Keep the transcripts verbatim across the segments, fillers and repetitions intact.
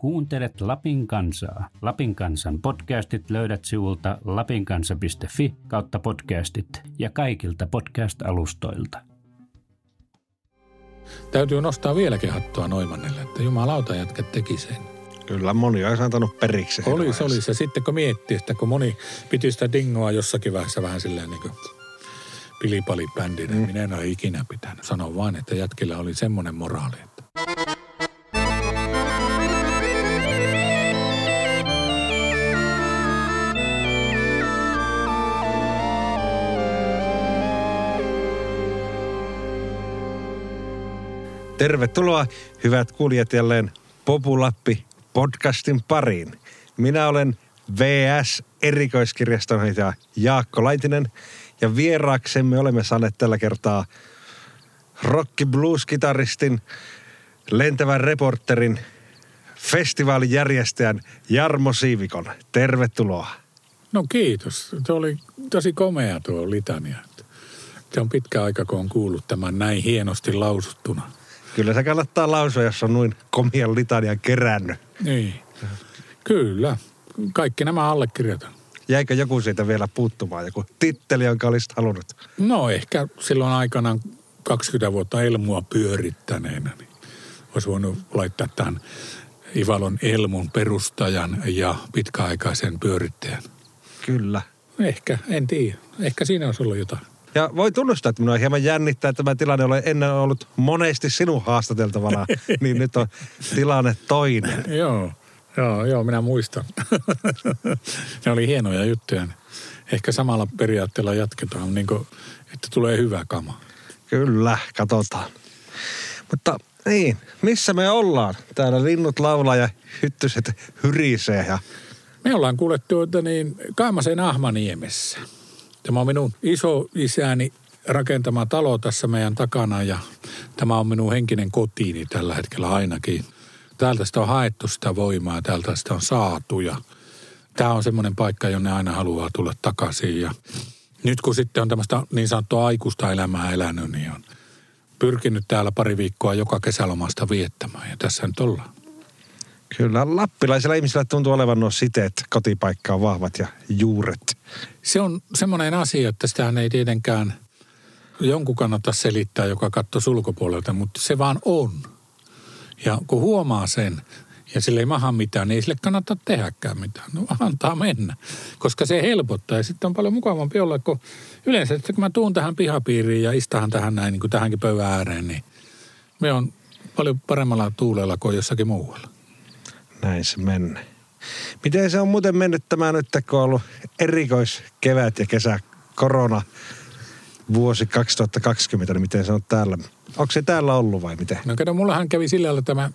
Kuuntelet Lapin kansaa. Lapin kansan podcastit löydät sivulta lapinkansa piste fi kautta podcastit ja kaikilta podcast-alustoilta. Täytyy nostaa vieläkin hattua Noimannelle, että jumalauta jätkät teki sen. Kyllä, moni olisi antanut periksi. Olisi, olisi. Ja sitten kun miettii, että kun moni piti sitä dingoa jossakin vaiheessa vähän silleen niin kuin pilipalibändinä, mm. minä en ole ikinä pitänyt. Sanon vain, että jätkillä oli semmoinen moraali, että... Tervetuloa, hyvät kuulijat, jälleen Populappi podcastin pariin. Minä olen V S-erikoiskirjastonhoitaja Jaakko Laitinen ja vieraaksemme olemme saaneet tällä kertaa rock blues-kitaristin, lentävän reporterin, festivaalijärjestäjän Jarmo Siivikon. Tervetuloa. No kiitos. Se oli tosi komea tuo litania. Se on pitkä aika, kun on kuullut tämän näin hienosti lausuttuna. Kyllä se kannattaa lausua, jos on noin komian litanian kerännyt. Niin. Kyllä. Kaikki nämä allekirjoitan. Jäikö joku siitä vielä puuttumaan? Joku titteli, jonka olisit halunnut? No ehkä silloin aikanaan kaksikymmentä vuotta Elmua pyörittäneenä. Niin olisi voinut laittaa tämän Ivalon Elmun perustajan ja pitkäaikaisen pyörittäjän. Kyllä. Ehkä, en tiedä. Ehkä siinä olisi ollut jotain. Ja voi tunnustaa, että minua hieman jännittää, että tämä tilanne olen ennen ollut monesti sinun haastateltavana, niin nyt on tilanne toinen. Joo, joo, joo, minä muistan. Ne oli hienoja juttuja. Ehkä samalla periaatteella jatketaan, niin kuin, että tulee hyvä kama. Kyllä, katsotaan. Mutta niin, missä me ollaan? Täällä linnut laulaa ja hyttyset hyrisee. Ja... Me ollaan kuullettu tuota niin Kaimasen Ahmaniemessä. Tämä on minun isoisäni rakentama talo tässä meidän takana ja tämä on minun henkinen kotiini tällä hetkellä ainakin. Täältä sitä on haettu sitä voimaa, täältä sitä on saatu ja tämä on semmoinen paikka, jonne aina haluaa tulla takaisin. Ja nyt kun sitten on tämmöistä niin sanottua aikuista elämää elänyt, niin on pyrkinyt täällä pari viikkoa joka kesälomasta viettämään ja tässä nyt ollaan. Kyllä, lappilaisilla ihmisillä tuntuu olevan nuo siteet, kotipaikka on vahvat ja juuret. Se on semmoinen asia, että sitähän ei tietenkään jonkun kannata selittää, joka katsoo ulkopuolelta, mutta se vaan on. Ja kun huomaa sen ja sille ei maha mitään, niin ei sille kannata tehdäkään mitään. No antaa mennä, koska se helpottaa ja sitten on paljon mukavampi olla, kun yleensä, että kun mä tuun tähän pihapiiriin ja istahan tähän näin, niin kuin tähänkin pöydän ääreen, niin me on paljon paremmalla tuulella kuin jossakin muualla. Näin se menee. Miten se on muuten mennyt tämä nyt, kun on ollut erikoiskevät ja kesä korona vuosi kaksituhattakaksikymmentä, niin miten se on täällä? Onko se täällä ollut vai miten? No kato, mullahan kävi sillä lailla tämä,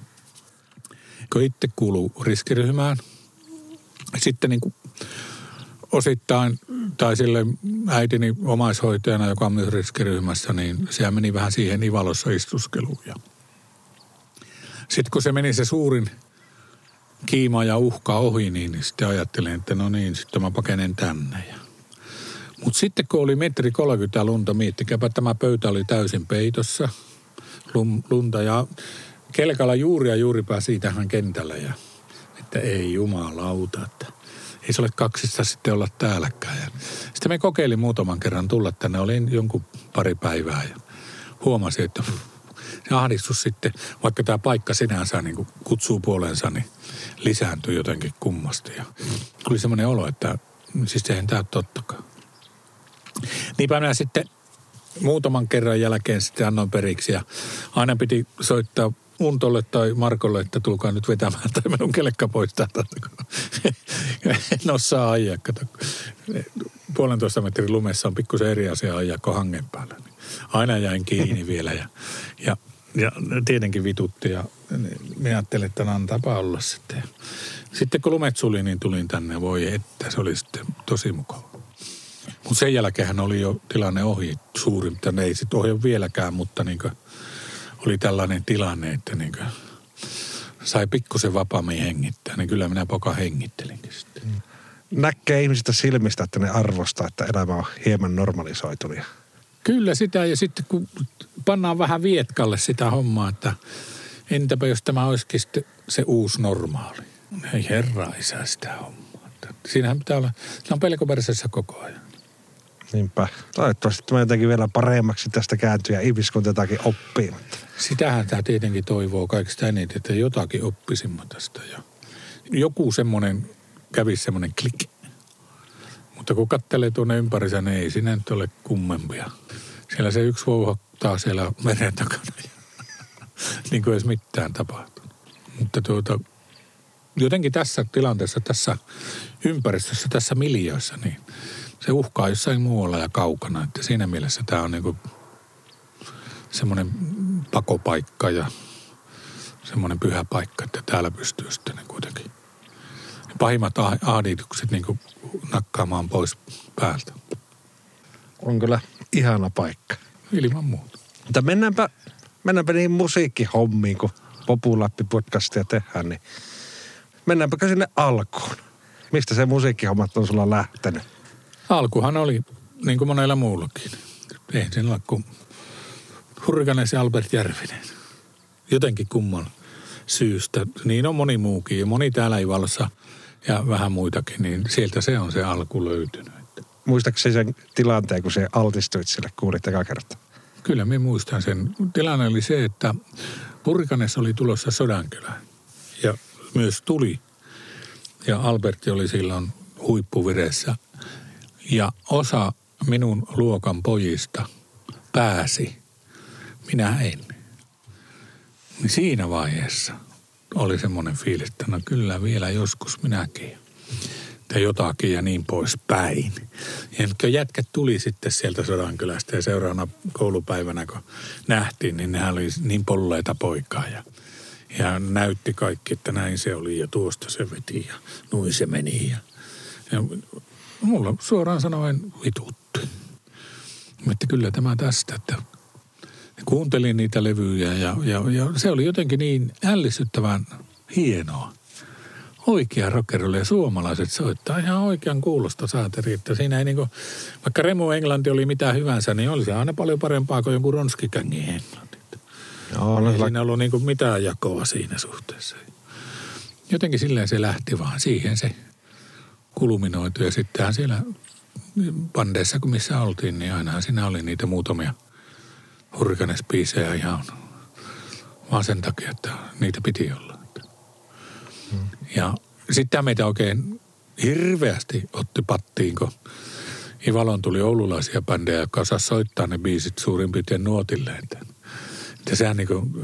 kun itse kuuluu riskiryhmään. Sitten niin kuin osittain, tai sille äitini omaishoitajana, joka on myös riskiryhmässä, niin se meni vähän siihen Ivalossa istuskeluun. Ja sitten kun se meni se suurin kiima ja uhka ohi, niin sitten ajattelin, että no niin, sitten mä pakenen tänne. Mutta sitten kun oli metri kolmekymmentä lunta, miettikääpä, tämä pöytä oli täysin peitossa, lum, lunta ja kelkalla juuri ja juuri pääsi tähän kentälle. Ja, että ei jumalauta, että ei se ole kaksista sitten olla täälläkään. Ja sitten me kokeilin muutaman kerran tulla tänne, olin jonkun pari päivää ja huomasin, että se ahdistus sitten, vaikka tämä paikka sinänsä niin kuin kutsuu puoleensa, niin lisääntyi jotenkin kummasti. Ja tuli semmoinen olo, että siis eihän tämä ole tottakaan. Niinpä minä sitten muutaman kerran jälkeen sitten annoin periksi ja aina piti soittaa Untolle tai Markolle, että tulkaa nyt vetämään tai minun kelekka pois täältä. En osaa ajaa, kato. Puolentoista metrin lumessa on pikkusen eri asia ajaa kuin hangen päällä. Aina jäin kiinni vielä ja, ja, ja tietenkin vitutti ja minä ajattelin, että antaapa olla sitten. Sitten kun lumet suli, niin tulin tänne. Voi että, se oli sitten tosi mukava. Mutta sen jälkeen oli jo tilanne ohi suurin, mutta ei sitten ohi vieläkään, mutta niin kuin oli tällainen tilanne, että niin kuin sai pikkusen vapaammin hengittää, niin kyllä minä poka hengittelinkin sitten. Näkee ihmisistä silmistä, että ne arvostaa, että elämä on hieman normalisoitunut. Kyllä sitä, ja sitten kun pannaan vähän vietkalle sitä hommaa, että entäpä jos tämä olisikin sitten se uusi normaali? Ei herra isä sitä hommaa. Siinähän pitää olla, se on pelkoperäisessä koko ajan. Niinpä. Toivottavasti tämä jotenkin vielä paremmaksi tästä kääntyy ja ihmiskunta jotakin oppii. Sitähän tämä tietenkin toivoo kaikista eniten, että jotakin oppisimme tästä. Ja joku semmoinen, kävisi semmoinen klik. Mutta kun katselee tuonne ympärissä, niin ei siinä nyt ole kummempia. Siellä se yksi vouhottaa siellä meren takana. Niin kuin edes mitään tapahtunut. Mutta tuota, jotenkin tässä tilanteessa, tässä ympäristössä, tässä miljöössä, niin se uhkaa jossain muualla ja kaukana. Että siinä mielessä tämä on niinku semmoinen pakopaikka ja semmoinen pyhä paikka, että täällä pystyy sitten niin kuitenkin pahimmat ahditukset niinku nakkaamaan pois päältä. On kyllä ihana paikka. Ilman muuta. Mutta mennäänpä, mennäänpä niihin musiikkihommiin, kun Populappi-podcastia tehdään, niin mennäänpä sinne alkuun. Mistä se musiikkihommat on sulla lähtenyt? Alkuhan oli, niin kuin monella muullakin. Ei siinä ole kuin Hurrikanes ja Albert Järvinen. Jotenkin kumman syystä. Niin on moni muukin ja moni täällä Ivalossa ja vähän muitakin, niin sieltä se on se alku löytynyt. Muistaakseni sen tilanteen, kun se altistuit sille, kuulit eka kertaa? Kyllä, minä muistan sen. Tilanne oli se, että Hurrikanes oli tulossa Sodankylään ja myös tuli. Ja Albertti oli silloin huippuvireessä. Ja osa minun luokan pojista pääsi. Minä en. Niin siinä vaiheessa oli semmoinen fiilis, että no kyllä vielä joskus minäkin. Tai jotakin ja niin pois päin. Ja kun jätkät tuli sitten sieltä Sodankylästä ja seuraavana koulupäivänä, kun nähtiin, niin nehän oli niin polleita poikaa. Ja, ja näytti kaikki, että näin se oli ja tuosta se veti ja noin se meni. Ja, ja mulla suoraan sanoen vitutti. Mutta kyllä tämä tästä, että kuuntelin niitä levyjä ja, ja, ja se oli jotenkin niin ällistyttävän hienoa. Oikea rockerolle ja suomalaiset soittaa ihan oikean kuulosta saateri, että siinä ei niinku, vaikka Remu Englanti oli mitä hyvänsä, niin oli se aina paljon parempaa kuin jonkun ronskikängin englanti. Joo, no, ei siinä ollut niinku mitään jakoa siinä suhteessa. Jotenkin silleen se lähti vaan siihen se kulminoitu ja sittenhän siellä bandeissa, kun missä oltiin, niin ainahan siinä oli niitä muutamia Hurrikanes-biisejä ihan vaan sen takia, että niitä piti olla. Hmm. Ja sitten meitä oikein hirveästi otti pattiin, kun Ivalon tuli oululaisia bändejä, jotka osasi soittaa ne biisit suurin piirtein nuotille. Että, että sehän niin kuin,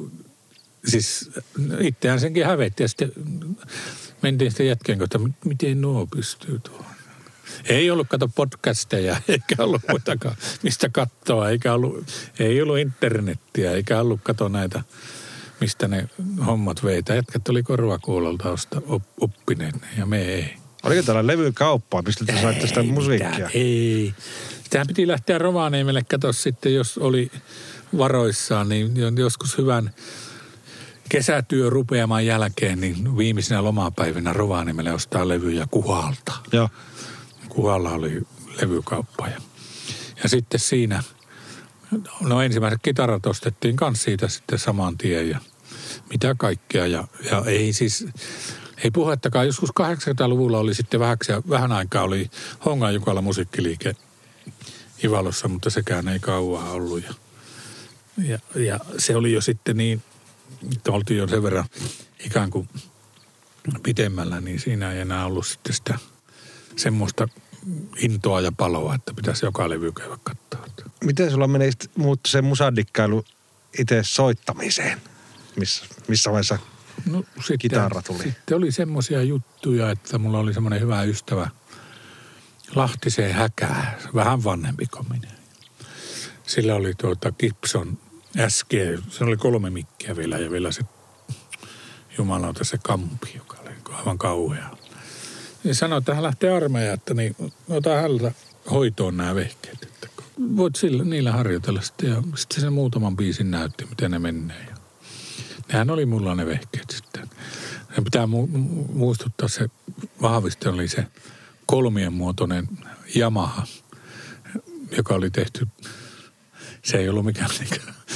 siis itseään senkin hävetti ja sitten mentiin sitten jätkeen, että miten nuo pystyy tuohon. Ei ollut kato podcasteja, eikä ollut muitakaan, mistä katsoa, eikä ollut, ei ollut internettiä, eikä ollut kato näitä, mistä ne hommat veitä. Jätkät oli korvakuulolta oppineet ne, ja me ei. Oliko täällä levykauppaa, mistä te saitte sitä musiikkia? Mitään, ei. Sitähän piti lähteä Rovaniemelle, kato sitten, jos oli varoissaan, niin joskus hyvän kesätyö rupeamaan jälkeen, niin viimeisenä lomapäivinä Rovaniemelle ostaa levyjä Kuhalta. Joo. Kuhalla oli levykauppa. Ja, ja sitten siinä, no ensimmäiset kitarat ostettiin kans siitä sitten saman tien ja mitä kaikkea. Ja, ja ei siis, ei puhettakaan, joskus kahdeksankymmentäluvulla oli sitten vähäksi, vähän aikaa oli Hongan Jukala musiikkiliike Ivalossa, mutta sekään ei kauaa ollut. Ja, ja, ja se oli jo sitten niin, että oltiin jo sen verran ikään kuin pitemmällä, niin siinä ei enää ollut sitten sitä semmoista intoa ja paloa, että pitäisi joka levy käydä katsoa. Miten sulla meni muuttu se musadikkailu itse soittamiseen? Missä, missä vaiheessa no, sitten, kitara tuli? Sitten oli semmoisia juttuja, että mulla oli semmoinen hyvä ystävä Lahtiseen Häkää, vähän vanhempi kuin minä. Sillä oli tuota Gibson S G, se oli kolme mikkiä vielä ja vielä se jumalauta se kampi, joka oli aivan kauhea. Niin sanoi, että hän lähtee armeijaan, että niin, ota häneltä hoitoon nämä vehkeet. Että voit sillä, niillä harjoitella sitten. Ja sitten se muutaman biisin näytti, miten ne menee. Ja nehän oli mulla ne vehkeet sitten. Ja pitää mu- muistuttaa se vahvasti oli se kolmien muotoinen Yamaha, joka oli tehty, se ei ollut mikään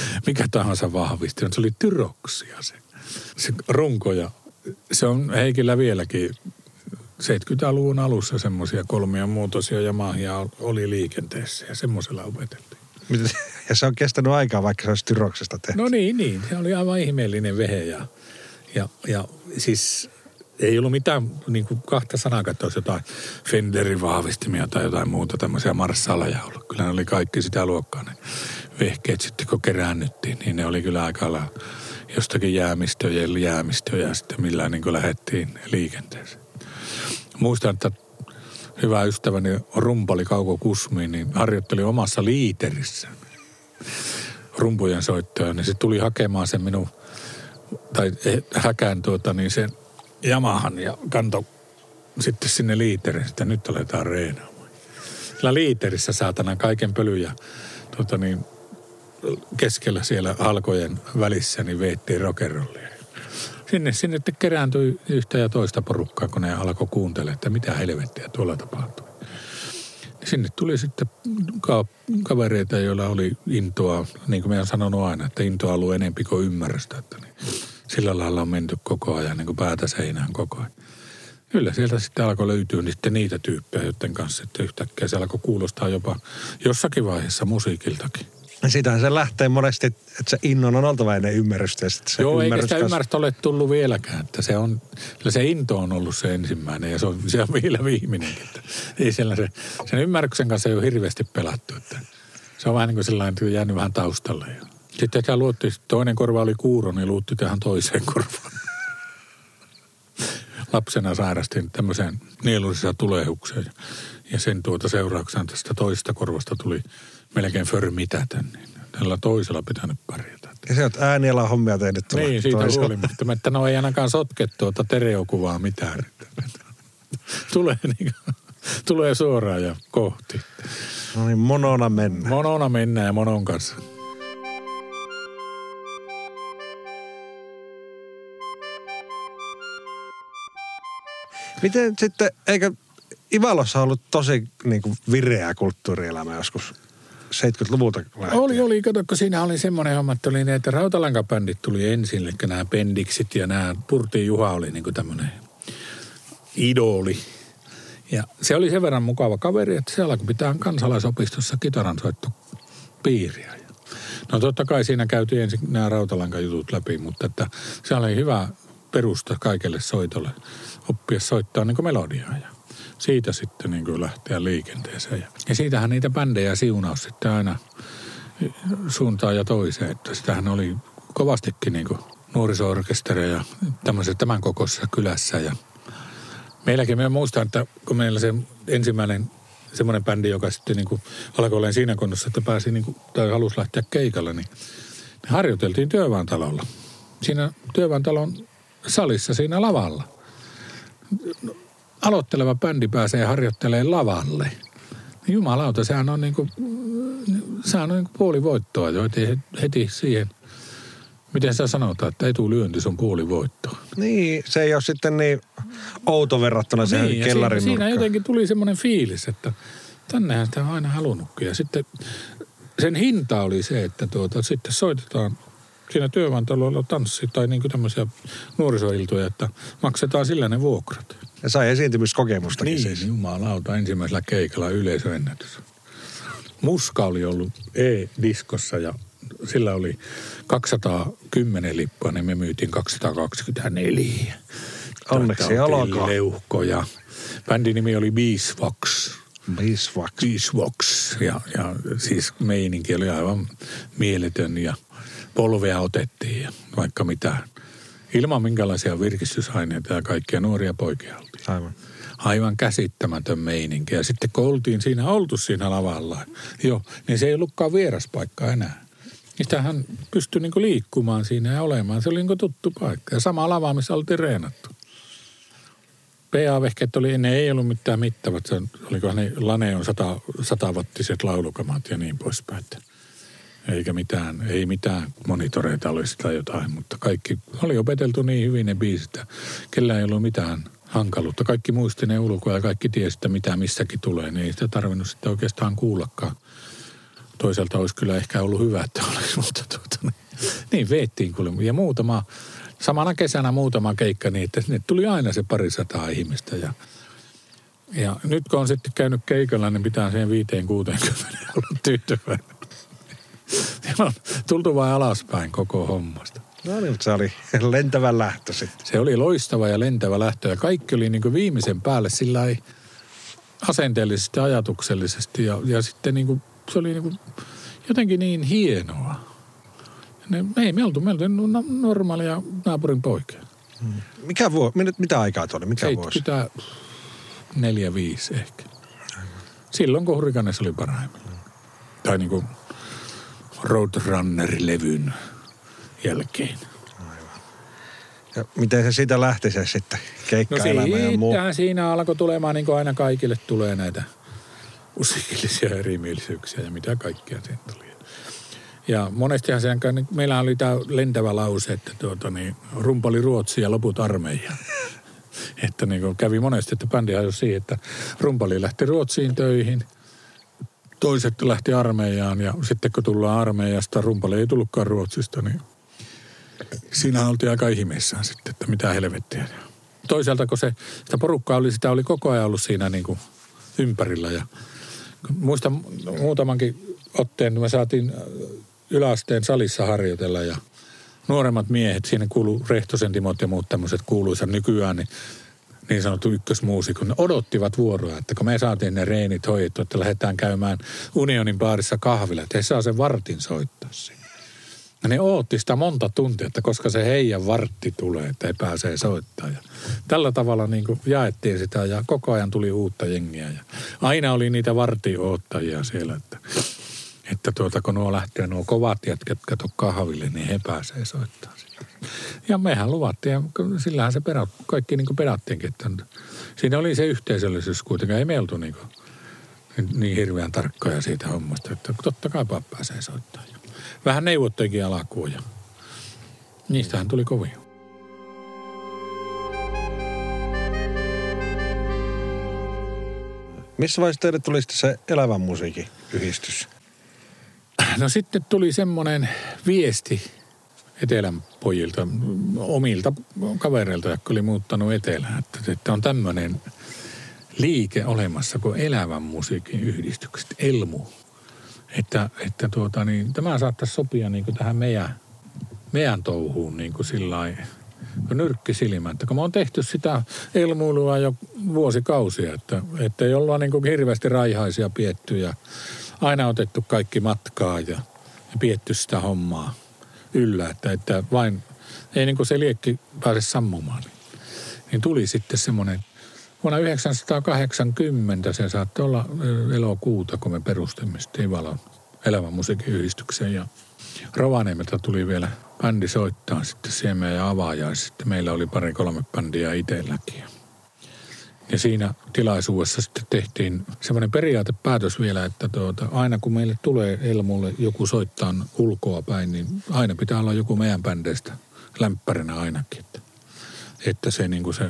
mikä tahansa vahvisti. Se oli tyroksia se, se runko ja se on Heikillä vieläkin seitsemänkymmentäluvun alussa semmoisia kolmia muutosia ja maahia oli liikenteessä ja semmoisella opeteltiin. Ja se on kestänyt aikaa, vaikka se olisi tyroksesta tehty. No niin, niin. Se oli aivan ihmeellinen vehe ja, ja, ja siis ei ollut mitään niin kuin kahta sanaa, että olisi jotain Fenderin vahvistimia tai jotain muuta tämmöisiä marssaleja ollut. Kyllä ne oli kaikki sitä luokkaa ne vehkeet sitten, kun keräännyttiin, niin ne oli kyllä aika lailla jostakin jäämistöjä, jäämistöjä ja sitten millään niin kuin lähdettiin liikenteeseen. Muistan, että hyvä ystäväni rumpali Kauko Kusmi, niin harjoitteli omassa liiterissä rumpujen soittoja, niin se tuli hakemaan sen minun, tai häkään tuota, niin sen Yamahan ja kanto sitten sinne liiteriin, että nyt aletaan reenaamaan. Sillä liiterissä saatana kaiken pölyjä tuota niin, keskellä siellä halkojen välissä, niin veettiin rock'n'rollia. Sinne, sinne kerääntyi yhtä ja toista porukkaa, kun ne alkoi kuuntelemaan, että mitä helvettiä tuolla tapahtui. Sinne tuli sitten ka- kavereita, joilla oli intoa, niin kuin me on sanonut aina, että intoa on ollut enempi kuin ymmärrystä. Että niin sillä lailla on menty koko ajan, niin kuin päätä seinään koko ajan. Kyllä sieltä sitten alkoi löytyä sitten niitä tyyppejä, joiden kanssa sitten yhtäkkiä se alkoi kuulostaa jopa jossakin vaiheessa musiikiltakin. Sitähän se lähtee monesti, että se innon on oltava ennen ymmärrystä. Se Joo, ymmärrys eikä sitä kas... ymmärrystä ole tullut vieläkään. Että se, on, se into on ollut se ensimmäinen ja se on, se on vielä viimeinenkin. Että ei siellä se, sen ymmärryksen kanssa ei ole hirveästi pelattu. Että se on vähän niin kuin sellainen, että on jäänyt vähän taustalle. Ja sitten tämä luotti, toinen korva oli kuuro, niin luutti tähän toiseen korvaan. Lapsena sairastin tämmöiseen nieluisessa tulehukseen. Ja sen tuota seurauksena tästä toisesta korvasta tuli melkein förmitätön. Niin tällä toisella pitänyt pärjätä. Ja se on äänialan hommia tehnyt tuolla. Niin, siitä huolimatta. Että no ei ainakaan sotke tuota stereokuvaa mitään. Tulee, niin, tulee suoraan ja kohti. No niin, monona mennään. Monona mennään ja monon kanssa. Miten sitten, eikö Ivalossa ollut tosi niin kuin vireää kulttuurielämä joskus seitsemänkymmentäluvulta lähtien? Oli, oli. Kato, kun siinä oli semmoinen homma, että oli ne, että rautalankabändit tuli ensin, eli nämä Bendiksit ja nämä Purtiin Juha oli niin kuin tämmöinen idoli. Ja se oli sen verran mukava kaveri, että se alkoi pitää kansalaisopistossa kitaransoittopiiriä. No totta kai siinä käytiin ensin nämä rautalankajutut läpi, mutta että se oli hyvä perusta kaikelle soitolle, oppia soittaa niin kuin melodiaa ja siitä sitten niin kuin lähteä liikenteeseen. Ja, ja siitähän niitä bändejä siunaus sitten aina suuntaan ja toiseen, että sitähän oli kovastikin niin kuin nuoriso-orkestereja ja tämmöisessä tämän kokoisessa kylässä. Ja meilläkin me muistan, että kun meillä se ensimmäinen semmoinen bändi, joka sitten niin kuin alkoi olemaan siinä kunnossa, että pääsi niin kuin, tai halusi lähteä keikalle, niin me harjoiteltiin Työväentalolla. Siinä Työväentalon salissa siinä lavalla. Aloitteleva bändi pääsee harjoittelemaan lavalle. Jumalauta, sehän on niin kuin, sehän on niin kuin puoli voittoa jo, ettei heti siihen, miten sä sanotaan, että etulyönti on puoli voittoa. Niin, se ei ole sitten niin outo verrattuna siihen niin, kellarin siinä, nurkkaan. siinä jotenkin tuli semmoinen fiilis, että tännehän sitä on aina halunnutkin. Ja sitten sen hinta oli se, että tuota, sitten soitetaan siinä Työväentalolla tanssi tai niin kuin tämmöisiä nuorisoiltoja, että maksetaan sillä ne vuokrat. Ja sai esiintymiskokemustakin niin, siis. Niin, jumalauta, ensimmäisellä keikalla yleisöennätys. Muska oli ollut E-diskossa ja sillä oli kaksisataakymmenen lippua, niin me myytiin kaksisataakaksikymmentäneljä. Onneksi olkoon. Leuhkoja. Bändin nimi oli Beeswax. Beeswax. Beeswax. Ja, ja siis meininki oli aivan mieletön ja polvea otettiin ja vaikka mitään. Ilman minkälaisia virkistysaineita ja kaikkia nuoria poikia oltiin. Aivan. Aivan käsittämätön meininki. Ja sitten kun oltiin siinä, oltu siinä lavalla, jo, niin se ei ollutkaan vieraspaikka enää. Niistähän pystyi niinku liikkumaan siinä ja olemaan. Se oli niinku tuttu paikka. Ja sama lava, missä oltiin reenattu. P A-vehkeet oli, ne ei ollut mitään mittavat. Se olikohan ne Laneon sata, satavattiset laulukamat ja niin poispäin. Eikä mitään, ei mitään monitoreita olisi tai jotain, mutta kaikki oli opeteltu niin hyvin ne biisit. Kellä ei ollut mitään hankaluutta. Kaikki muisti ne ulkoa ja kaikki tiesi, että mitä missäkin tulee. Niin ei sitä tarvinnut sitten oikeastaan kuullakaan. toisaalta olisi kyllä ehkä ollut hyvä, että olisi, mutta tuota, niin, niin veettiin kuule. Ja muutama, samana kesänä muutama keikka niin, että sinne tuli aina se parisataa ihmistä. Ja, ja nyt kun on sitten käynyt keikalla, niin pitää siihen viiteen kuuteenkymmeneen olla tyytyväinen. Ja on tultu vain alaspäin koko hommasta. No niin, mutta se oli lentävä lähtö sitten. Se oli loistava ja lentävä lähtö ja kaikki oli niin kuin viimeisen päälle sillä lailla asenteellisesti, ajatuksellisesti ja, ja sitten niin kuin, se oli niin kuin jotenkin niin hienoa. Ne, ei, me oltu, me oltu normaalia naapurin poikia. Hmm. Mikä vuo, mitä aikaa tuolla, mikä vuosi? seitsemänkymmentäneljä viisi ehkä. Silloin kun Hurrikanes oli parhaimmillaan. Hmm. Tai niin kuin Roadrunner-levyn jälkeen. Aivan. Ja miten se siitä lähti se sitten keikkaelämä no ja muu? No siinä alkoi tulemaan, niin kuin aina kaikille tulee näitä musiikillisia erimielisyyksiä ja mitä kaikkea sen tuli. Ja monestihan sen, meillä oli tämä lentävä lause, että tuota niin, rumpali Ruotsi ja loput armeija. Että niin kuin kävi monesti, että bändi hajosi siihen, että rumpali lähti Ruotsiin töihin, toiset lähti armeijaan ja sitten kun tullaan armeijasta, rumpali ei tullutkaan Ruotsista, niin siinä oltiin aika ihmeissään sitten, että mitä helvettiä. Toisaalta kun se, sitä porukkaa oli, sitä oli koko ajan ollut siinä niin kuin ympärillä ja muistan muutamankin otteen, me saatiin yläasteen salissa harjoitella ja nuoremmat miehet, siinä kuului Rehtosen Timot ja muut tämmöiset kuuluisa nykyään, niin, niin sanottu ykkösmuusikon, ne odottivat vuoroa, että kun me saatiin ne reenit hoidettu, että lähdetään käymään Unionin baarissa kahvilla, että he saa sen vartin soittaa siinä. Ja ne ootti sitä monta tuntia, että koska se heidän vartti tulee, että ei pääsee soittaa. Ja tällä tavalla niin kuin jaettiin sitä ja koko ajan tuli uutta jengiä. Ja aina oli niitä vartioottajia siellä, että, että tuota, kun nuo lähtee nuo kovat jätkät kato kahville, niin he pääsee soittamaan sitä. Ja mehän luvattiin ja sillähän se perät, kaikki niin kuin pedattiinkin. Että siinä oli se yhteisöllisyys kuitenkin. Ei me oltu niin, kuin, niin hirveän tarkkoja siitä hommasta, että totta kai pääsee soittamaan. Vähän neuvotteekin alkuun ja niistähän tuli kovin. Missä vaiheessa teille tuli sitten se elävän musiikin yhdistys? No sitten tuli semmoinen viesti etelän pojilta, omilta kavereilta, jotka oli muuttanut etelään, että, että on tämmöinen liike olemassa kuin elävän musiikin yhdistykset, ELMU. Että, että tuota, niin, tämä saattaisi sopia niin kuin tähän meidän, meidän touhuun niin kuin sillain, nyrkkisilmä. Että kun me on tehty sitä elmuilua jo vuosikausia, että, että ei olla niin kuin hirveästi raihaisia pietty ja aina otettu kaikki matkaa ja, ja pietty sitä hommaa yllä. Että, että vain ei niin kuin se liekki pääse sammumaan. Niin, niin tuli sitten semmoinen. Vuonna yhdeksänsataakahdeksankymmentä se saattoi olla elokuuta, kun me perustimme sitten Ivalon elävän musiikin yhdistyksen. Ja Rovaniemeltä tuli vielä bändi soittaa sitten Siemeä ja Avaaja. Sitten meillä oli pari kolme bändiä itselläkin. Ja siinä tilaisuudessa sitten tehtiin semmoinen periaatepäätös vielä, että tuota, aina kun meille tulee Elmulle joku soittaa ulkoa päin, niin aina pitää olla joku meidän bändeistä lämpärinä ainakin. Että, että se niin kuin se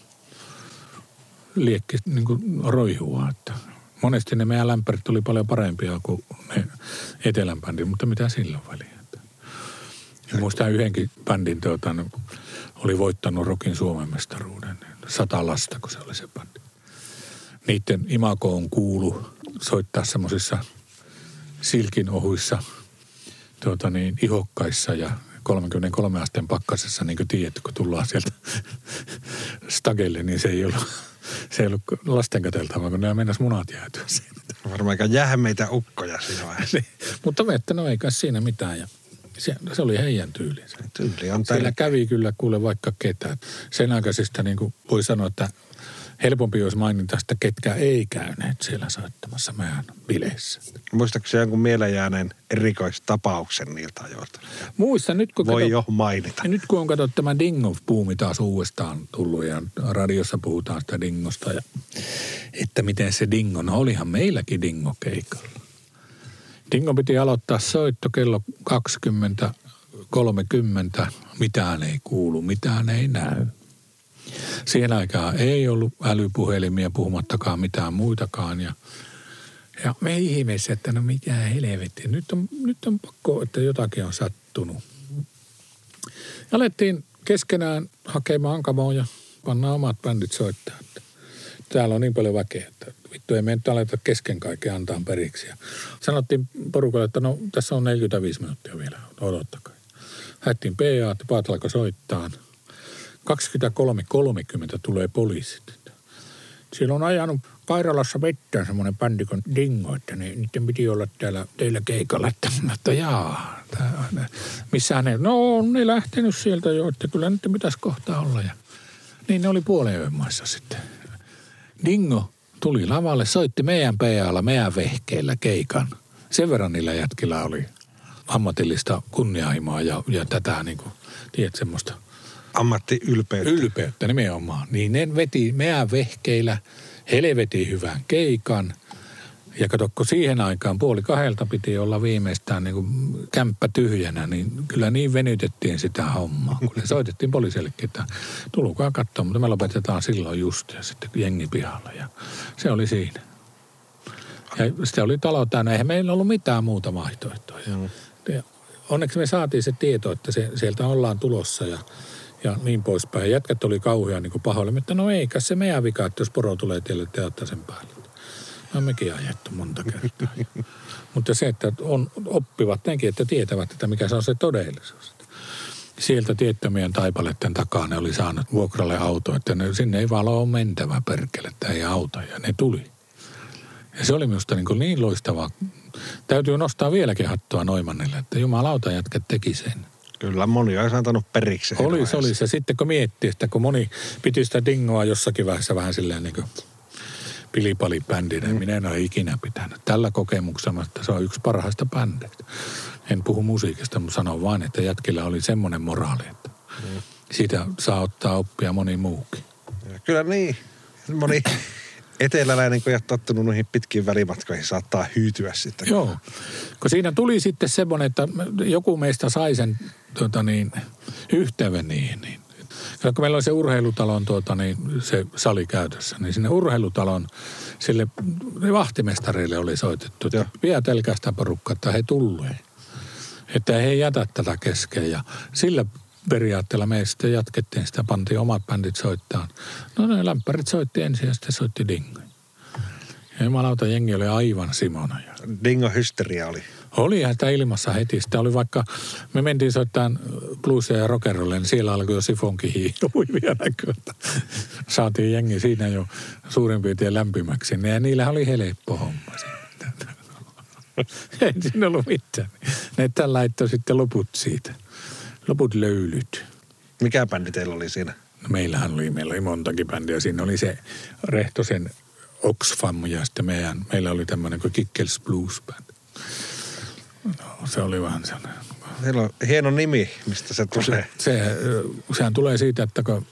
liekki niin kuin roihua, että monesti ne meidän lämpärit oli paljon parempia kuin ne etelän bändin, mutta mitä sillä on väliä. Ja muistan yhdenkin bändin tuota, oli voittanut Rokin Suomen mestaruuden, sata lasta, kun se oli se bändi. Niiden imago on kuulu soittaa semmoisissa silkinohuissa tuota niin, ihokkaissa ja kolmekymmentäkolme asteen pakkasessa, niin kuin tiedät, kun tullaan sieltä stagelle, niin se ei ollut, se ei ollut lasten katseltavaa, kun ne mennäisi munat jäätyä siinä. Varmaan aika jähmeitä ukkoja siinä vaiheessa. Mutta me, että no ei kai siinä mitään. Ja se, se oli heidän tyylinsä. Tyyli on siellä kävi kyllä kuule vaikka ketään. Sen aikaisista niin kuin voi sanoa, että helpompi olisi mainita sitä, ketkä ei käyneet siellä soittamassa meidän bileissä. Muistaakseni jonkun mielenjääneen erikoistapauksen niiltä ajoilta? Muistan nyt, kun voi kato, jo mainita. Nyt kun on katsottu tämä dingo-buumi taas uudestaan tullut ja radiossa puhutaan sitä dingosta ja että miten se dingo, no olihan meilläkin dingo keikalla. Dingo piti aloittaa soitto kello kaksikymmentä kolmekymmentä, mitään ei kuulu, mitään ei näy. Siihen aikaan ei ollut älypuhelimia, puhumattakaan mitään muitakaan. Ja Ja me ihmeessä, että no mitä helvettiä. Nyt on, nyt on pakko, että jotakin on sattunut. Ja alettiin keskenään hakemaan kamoja ja pannaan omat bändit soittaa. Täällä on niin paljon väkeä, että vittu ei me nyt aleta kesken kaiken antaa periksi. Ja sanottiin porukalle, että no tässä on neljäkymmentäviisi minuuttia vielä, odottakaa. Hättiin P A, että paat alkoi soittaa. kaksikymmentäkolme kolmekymmentä tulee poliisit. Siellä on ajanut Kairalassa vettään semmoinen bändi kuin Dingo, että ne, niiden piti olla täällä teillä keikalla. Että, että jaa, tää, missä ne, no ne lähtenyt sieltä jo, että kyllä nyt pitäisi kohta olla. Ja, niin ne oli puolen yön maissa sitten. Dingo tuli lavalle, soitti meidän P A:lla, meidän vehkeillä keikan. Sen verran niillä jätkillä oli ammatillista kunnianhimoa ja, ja tätä niin kuin, tiedät, semmoista ammattiylpeyttä. Ylpeyttä nimenomaan. Niin ne veti meidän vehkeillä helvetin hyvän keikan. Ja katsokko siihen aikaan puoli kahdelta piti olla viimeistään niin kuin kämppä tyhjänä, niin kyllä niin venytettiin sitä hommaa. Kun ne soitettiin poliisillekin, että tulkaa katsoa, mutta me lopetetaan silloin just ja sitten jengi pihalla. Ja se oli siinä. Ja sitten oli talo täynnä. Eihän meillä ollut mitään muuta vaihtoehtoa. Mm. Onneksi me saatiin se tieto, että se, sieltä ollaan tulossa ja Ja niin poispäin. Jätkät oli kauhean niin pahoille, mutta no eikä se meidän vika, että jos poro tulee tielle, te ottaa sen päälle. No mekin ajettu monta kertaa. Mutta se, että on, oppivat nekin, että tietävät, että mikä se on se todellisuus. Sieltä tiettömien taipaleiden takaa ne oli saanut vuokralle auto, että ne, sinne ei vaan ole mentävä perkele, että ei auta. Ja ne tuli. Ja se oli minusta niin, niin loistavaa. Täytyy nostaa vieläkin hattua Noimannille, että jumalauta jätkät teki sen. Kyllä, moni olisi antanut periksi. Olisi, olisi. Ja sitten kun miettii, että kun moni piti sitä Dingoa jossakin vaiheessa vähän silleen niin kuin pilipalibändinä, mm. minä en ole ikinä pitänyt. Tällä kokemuksella, että se on yksi parhaista bändeistä. En puhu musiikista, mutta sanon vain, että jätkillä oli semmoinen moraali, että mm. siitä saa ottaa oppia moni muukin. Ja kyllä niin. Moni eteläläinen, kun ei ole tottunut noihin pitkiin välimatkoihin, saattaa hyytyä sitten. Joo, kun siinä tuli sitten semmoinen, että joku meistä sai sen tuota niin, yhteyden niihin. Niin. Kun meillä oli se urheilutalon tuota, niin, se sali käytössä, niin sinne urheilutalon sille vahtimestarille oli soitettu, että pidätelkää sitä porukkaa, että he tulee. Että he ei jätä tätä kesken ja sillä periaatteella me sitten jatkettiin sitä, pantiin omat bändit soittaa. No ne lämpärit soitti ensin ja sitten soitti Dingo. Ja jumalauta jengi oli aivan simona. Dingo-hysteria oli. Olihan sitä ilmassa heti. Sitä oli vaikka, me mentiin soittamaan bluesia ja rockerolle, niin siellä alkoi jo sifonkin hiihuivia näköitä. Saatiin jengi siinä jo suurin piirtein lämpimäksi. Ja niillä oli helppo homma. Ei siinä ollut mitään. Ne tämän laittoi sitten loput siitä. Loput löylyt. Mikä bändi teillä oli siinä? No meillähän oli, meillä oli montakin bändiä. Siinä oli se Rehtosen Oxfam ja sitten meidän, meillä oli tämmöinen kuin Kickels Blues Band. No, se oli vähän sellainen. Meillä on hieno nimi, mistä se tulee. Se, se, sehän tulee siitä, että kun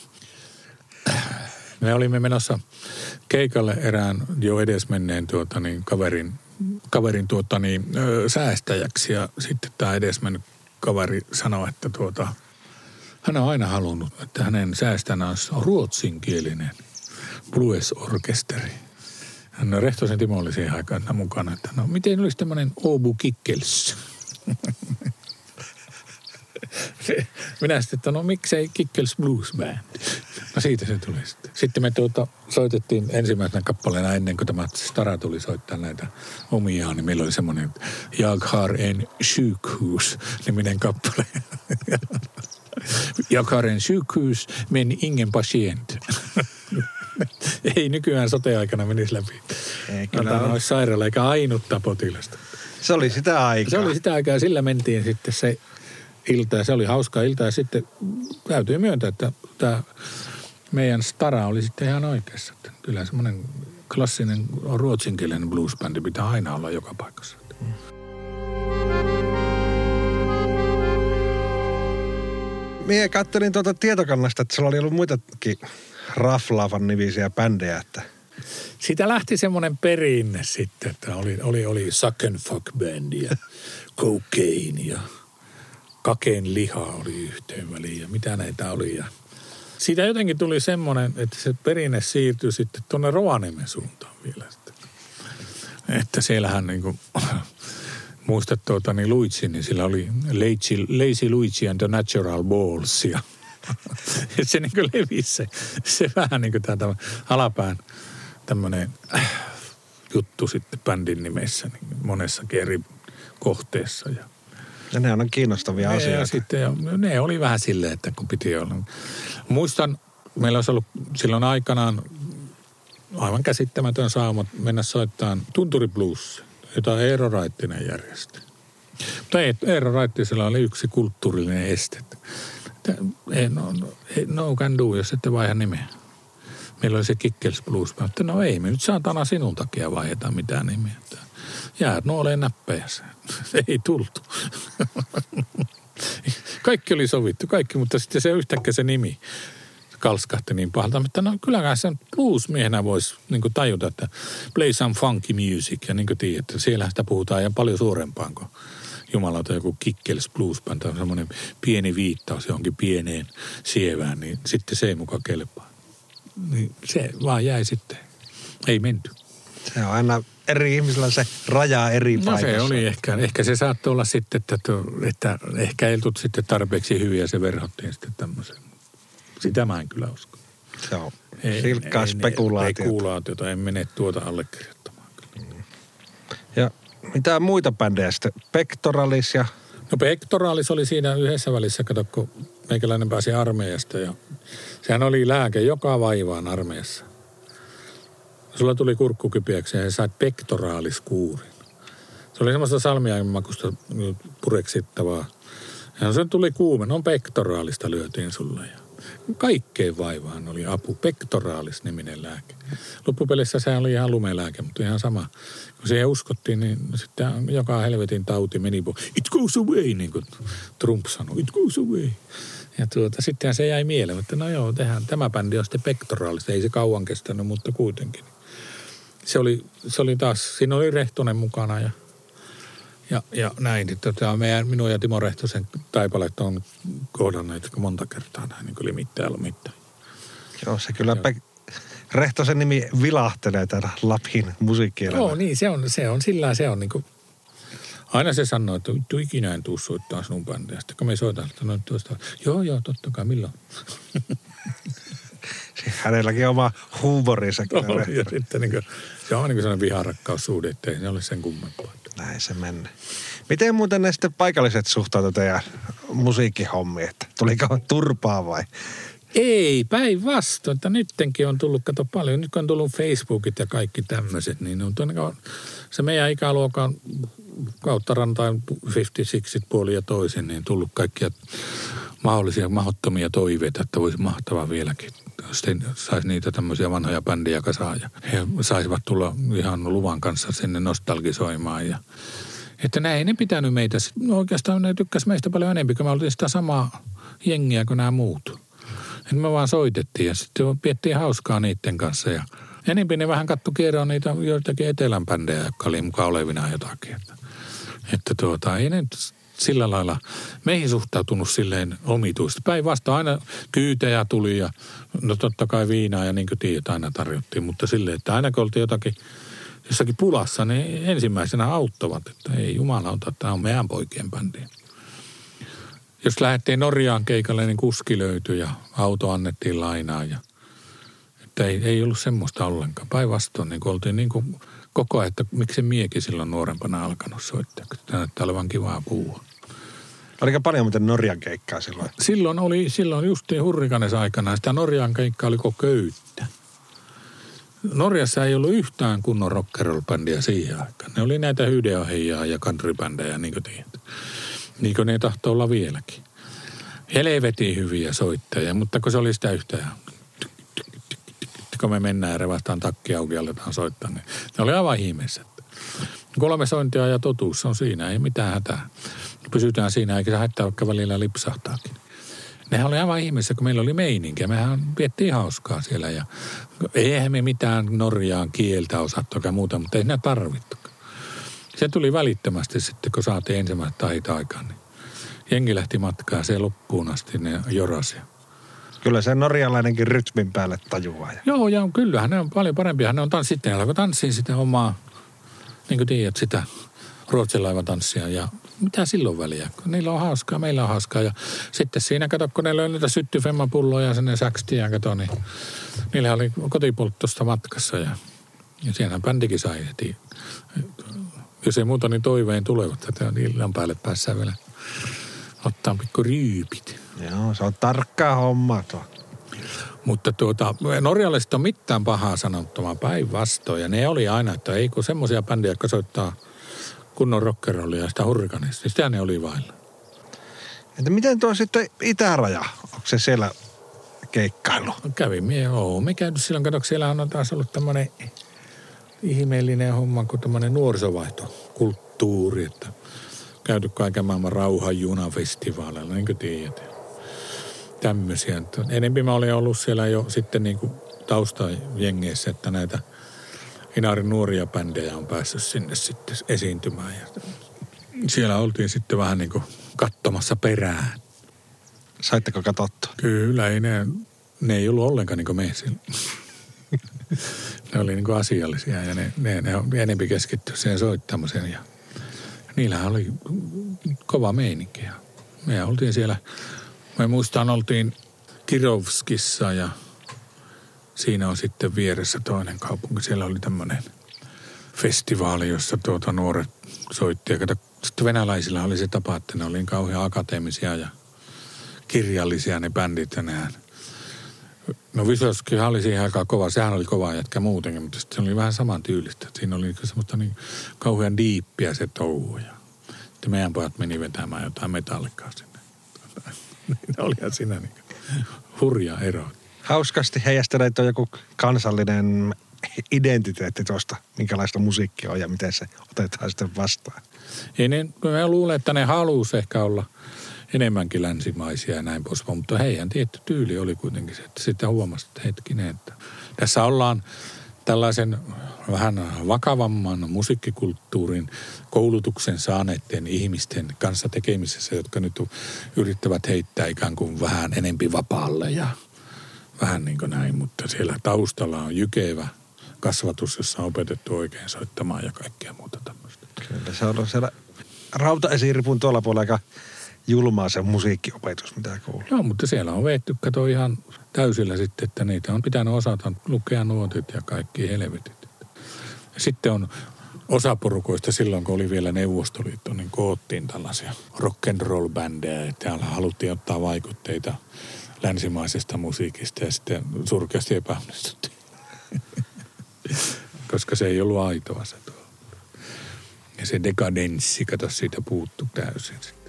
me olimme menossa keikalle erään jo edesmenneen tuota, niin, kaverin, kaverin tuota, niin, ö, säästäjäksi ja sitten tämä edesmennyt kaveri sanoi, että tuota, hän on aina halunnut, että hänen säästänä on ruotsinkielinen blues-orkesteri. No Rehtosen Timo oli siihen aikaan mukana, että no miten olisi tämmöinen Åbo Kickels? Minä sitten, että no miksei Kickels Blues Band? No siitä se tuli sitten. Sitten me tuota, soitettiin ensimmäisenä kappaleena ennen kuin tämä Stara tuli soittaa näitä omiaan, niin meillä oli semmoinen Jag har en sjukhus niminen kappale. Jag har en sjukhus, men ingen patient. Ei nykyään sote-aikana menisi läpi. Ei, kyllä olisi sairaala eikä ainutta potilasta. Se oli sitä aikaa. Se oli sitä aikaa ja sillä mentiin sitten se ilta ja se oli hauska ilta ja sitten täytyy myöntää, että tämä meidän Stara oli sitten ihan oikeassa. Kyllä semmoinen klassinen ruotsinkielinen bluesbändi pitää aina olla joka paikassa. Mm. Minä katselin tuota tietokannasta, että sulla oli ollut muitakin raflaavan nimisiä bändejä, että siitä lähti semmoinen perinne sitten, että oli, oli, oli Suck and Fuck Band ja Cocaine ja Kakeen liha oli yhteen väliin ja mitä näitä oli. Ja siitä jotenkin tuli semmoinen, että se perinne siirtyi sitten tuonne Rovaniemen suuntaan vielä sitten. että siellähän niin kuin, muistat tuota niin Luigi, niin sillä oli Lazy, Lazy Luigi and the Natural Balls ja se niin kuin levisi se, se vähän niin kuin tämä alapään tämmöinen äh, juttu sitten bändin nimessä niin monessakin eri kohteessa. Ja, ja ne on kiinnostavia ne, asioita. Ja sitten, ja ne oli vähän silleen, että kun piti olla. Muistan, meillä olisi ollut silloin aikanaan aivan käsittämätön sauma mennä soittamaan Tunturi Blues, jota Eero Raittinen järjesti. Mutta Eero Raittisella oli yksi kulttuurillinen este. No, no can do, jos ette vaiha nimeä. Meillä oli se Kickels Blues. Mä että no ei, me nyt saatana sinun takia vaiheta mitään nimeä. Jää nuoleen näppäjässä. Ei tultu. Kaikki oli sovittu, kaikki, mutta sitten se yhtäkkiä se nimi kalskahti niin pahalta. Mutta no kylläkään sen bluesmiehenä voisi niin kuin tajuta, että play some funky music. Ja niin kuin tiedät, siellä sitä puhutaan ja paljon suurempaan kuin jumalauta joku Kickels Blues Band. On semmoinen pieni viittaus johonkin pieneen sievään, niin sitten se ei muka kelpaa. Niin se vaan jäi sitten. Ei menty. Se on aina eri ihmisillä se raja eri no paikassa. No se oli ehkä. Ehkä se saattoi olla sitten, että, että ehkä ei tullut sitten tarpeeksi hyviä, se verhottiin sitten tämmöiseen. Sitä mä en kyllä usko. Se on silkkaa spekulaatiota. Spekulaatiota, en mene tuota allekirjoittamaan. Mm. Ja mitä muita bändejä sitten? Pectoralis ja... No Pectoralis oli siinä yhdessä välissä, kato, kun meikäläinen pääsi armeijasta ja sehän oli lääke joka vaivaan armeijassa. Sulla tuli kurkkukipiäksi ja sait pectoraaliskuurin. Se oli semmoista salmiaimakusta pureksittavaa. Ja se tuli kuume, no pectoraalista lyötiin sulle ja kaikkein vaivaan oli apu, pectoralis-niminen lääke. Loppupelissä se oli ihan lumelääke, mutta ihan sama. Kun siihen uskottiin, niin sitten joka helvetin tauti meni, it goes away, niin kuin Trump sanoi, it goes away. Ja tuota, sitten se jäi mieleen, että no joo, tehdään, tämä bändi on sitten pectoraalista, ei se kauan kestänyt, mutta kuitenkin. Se oli, se oli taas, siinä oli Rehtonen mukana ja Ja, ja näin, että tämä meidän, minun ja Timo Rehtosen taipalet on kohdanneet monta kertaa näin, niin kuin limittäjällä mitään. Joo, se kyllä Pe- Rehtosen nimi vilahtelee täällä Lapin musiikkielämään. Joo, niin, se on, se on sillä se on niin kuin, aina se sanoo, että vittu ikinä en tuu soittaa sinun bändiä. Sitten kun me soitaan, että no tuosta, joo, joo, totta kai, milloin? Hänelläkin on oma huumorinsa. No, ja sitten niin kuin, se on niin kuin sellainen viharakkaussuhde, ettei se ole sen kummempaa. Näin se mennä. Miten muuten ne sitten paikalliset suhtautuivat teidän musiikkihommiin? Että tuliko turpaa vai? Ei, päinvastoin. Että nyttenkin on tullut, kato paljon. Nyt kun on tullut Facebookit ja kaikki tämmöiset, niin on tuonne, se meidän ikäluokan kautta rantain viisikymmentäkuusi puoli ja toisin, niin tullut kaikkia mahdollisia, mahdottomia toiveita, että voisi mahtavaa vieläkin. Sitten saisi niitä tämmöisiä vanhoja bändejä kasaan ja he saisivat tulla ihan luvan kanssa sinne nostalgisoimaan. Ja, että näin ne pitänyt meitä. No oikeastaan ne tykkäsi meistä paljon enemmän, kun me oltiin sitä samaa jengiä kuin nämä muut. Et me vaan soitettiin ja sitten piettiin hauskaa niiden kanssa. Ja enemmän ne vähän kattu kierroa niitä joitakin etelän bändejä, jotka oli mukaan olevina jotakin. Että, että tuota, ei ne sillä lailla meihin suhtautunut silleen omituista. Päinvastoin aina kyytejä tuli ja no totta kai viinaa ja niin kuin tiedät aina tarjottiin. Mutta silleen, että aina kun oltiin jotakin jossakin pulassa, niin ensimmäisenä auttavat, että ei jumalauta, tämä on meidän poikien bändi. Jos lähdettiin Norjaan keikalle, niin kuski löytyi ja auto annettiin lainaa. Ja, että ei, ei ollut semmoista ollenkaan. Päinvastoin niin kuin oltiin niin kuin koko ajan, että miksi miekin silloin nuorempana alkanut soittaa. Tämä näyttää olevan kivaa puhua. Oliko paljon muuten Norjan keikkaa silloin? Silloin oli, silloin justiin Hurrikanes aikana. Sitä Norjan keikkaa oliko köyttä. Norjassa ei ollut yhtään kunnon rock'n'roll-bändiä siihen aikaan. Ne oli näitä hyydeoheijaa ja country-bändejä, niin kuin tiedät. Niin kuin ne tahtoo olla vieläkin. Helvetin hyviä soittajia, mutta kun se oli sitä yhtään. Kun me mennään ja revastaan takki auki ja aletaan soittaa, niin ne oli aivan ihmeessä. Kolme sointia ja totuus on siinä, ei mitään hätää. Pysytään siinä, eikä se haittaa vaikka välillä lipsahtaakin. Nehän oli aivan ihmeessä, kun meillä oli meininki. Mehän piettiin hauskaa siellä ja eihän me mitään Norjaan kieltä osattu eikä muuta, mutta ei ne tarvittu. Se tuli välittömästi sitten, kun saatiin ensimmäiset tahit aikaan. Niin jengi lähti matkaan se loppuun asti, ne jorasi. Kyllä se norjalainenkin rytmin päälle tajuaa. Joo, ja kyllähän ne on paljon parempia. Ne on tanssitteen, alkoi tanssiin sitä omaa. niin kuin tiedät, sitä ruotsinlaivatanssia ja mitä silloin väliä. Niillä on hauskaa, meillä on hauskaa. Ja sitten siinä, kato, kun ne löi niitä syttyfemmapulloja ja sinne säkstiä, kato, niin niillä oli kotipolttosta matkassa ja, ja siellä bändikin sai heti. Jos ei muuta, niin toiveen tulevat, että illan päälle päässään vielä ottaa pikku ryypit. Joo, se on tarkkaa hommaa tuo. Mutta tuota, norjalaiset on mitään pahaa sanottavaa päinvastoin. Ja ne oli aina, että ei kun semmoisia bändejä, jotka soittaa kunnon rockerollia ja sitä hurrikanista, niin sitä ne oli vailla. Entä miten tuo sitten itäraja? Onko se siellä keikkailu? Kävin mie, oo. Me käyty silloin, katsotaan, siellä on taas ollut tämmöinen ihmeellinen homma kuin tämmöinen nuorisovaihtokulttuuri, että käyty kaiken maailman rauhanjunafestivaaleilla, niin kuin tiedät. Tämmöisiä. Enempi mä olin ollut siellä jo sitten niin kuin taustajengeissä, että näitä Inaarin nuoria bändejä on päässyt sinne sitten esiintymään. Ja siellä oltiin sitten vähän niin kuin katsomassa perään. Saitteko katsottua? Kyllä, ei ne, ne ei ollut ollenkaan niin kuin me siellä. Ne oli niin kuin asiallisia ja ne, ne, ne enempi keskittyivät siihen soittamiseen. Ja niillähän oli kova meininki. Me oltiin siellä, me muistaan oltiin Kirovskissa ja siinä on sitten vieressä toinen kaupunki. Siellä oli tämmöinen festivaali, jossa tuota nuoret soitti. Ja kato, sitten venäläisillä oli se tapa, että ne oli kauhean akateemisia ja kirjallisia ne bändit ja nehän. No Vysotskyhan oli siihen aikaan kova. Sehän oli kova jätkä muutenkin, mutta sitten se oli vähän saman tyylistä. Siinä oli semmoista niin kauhean diippiä se touhu. Ja sitten meidän pojat meni vetämään jotain metallikaa sinne. Ne olihan siinä niin hurja ero. Hauskasti heijastelee tuo joku kansallinen identiteetti tuosta, minkälaista musiikkia on ja miten se otetaan sitten vastaan. Ei ne, mä luulen, että ne halusi ehkä olla enemmänkin länsimaisia ja näin pois, mutta heidän tietty tyyli oli kuitenkin se, että sitten huomasi, että hetkinen, että tässä ollaan tällaisen vähän vakavamman musiikkikulttuurin koulutuksen saaneiden ihmisten kanssa tekemisessä, jotka nyt yrittävät heittää ikään kuin vähän enempi vapaalle ja vähän niin kuin näin, mutta siellä taustalla on jykevä kasvatus, jossa on opetettu oikein soittamaan ja kaikkea muuta tämmöistä. Kyllä se on siellä rautaesiripun tuolla puolella aika julmaa se musiikkiopetus, mitä kuuluu. Joo, mutta siellä on veetty, kato ihan täysillä sitten, että niitä on pitänyt osata lukea nuotit ja kaikki helvetit. Ja sitten on osa porukoista silloin, kun oli vielä Neuvostoliitto, niin koottiin tällaisia rock'n'roll-bändejä, ja täällä haluttiin ottaa vaikutteita länsimaisesta musiikista ja sitten surkeasti epäonnistuttiin. Koska se ei ollut aitoa se tuo. Ja se dekadenssi, kato, siitä puuttu täysin sitten.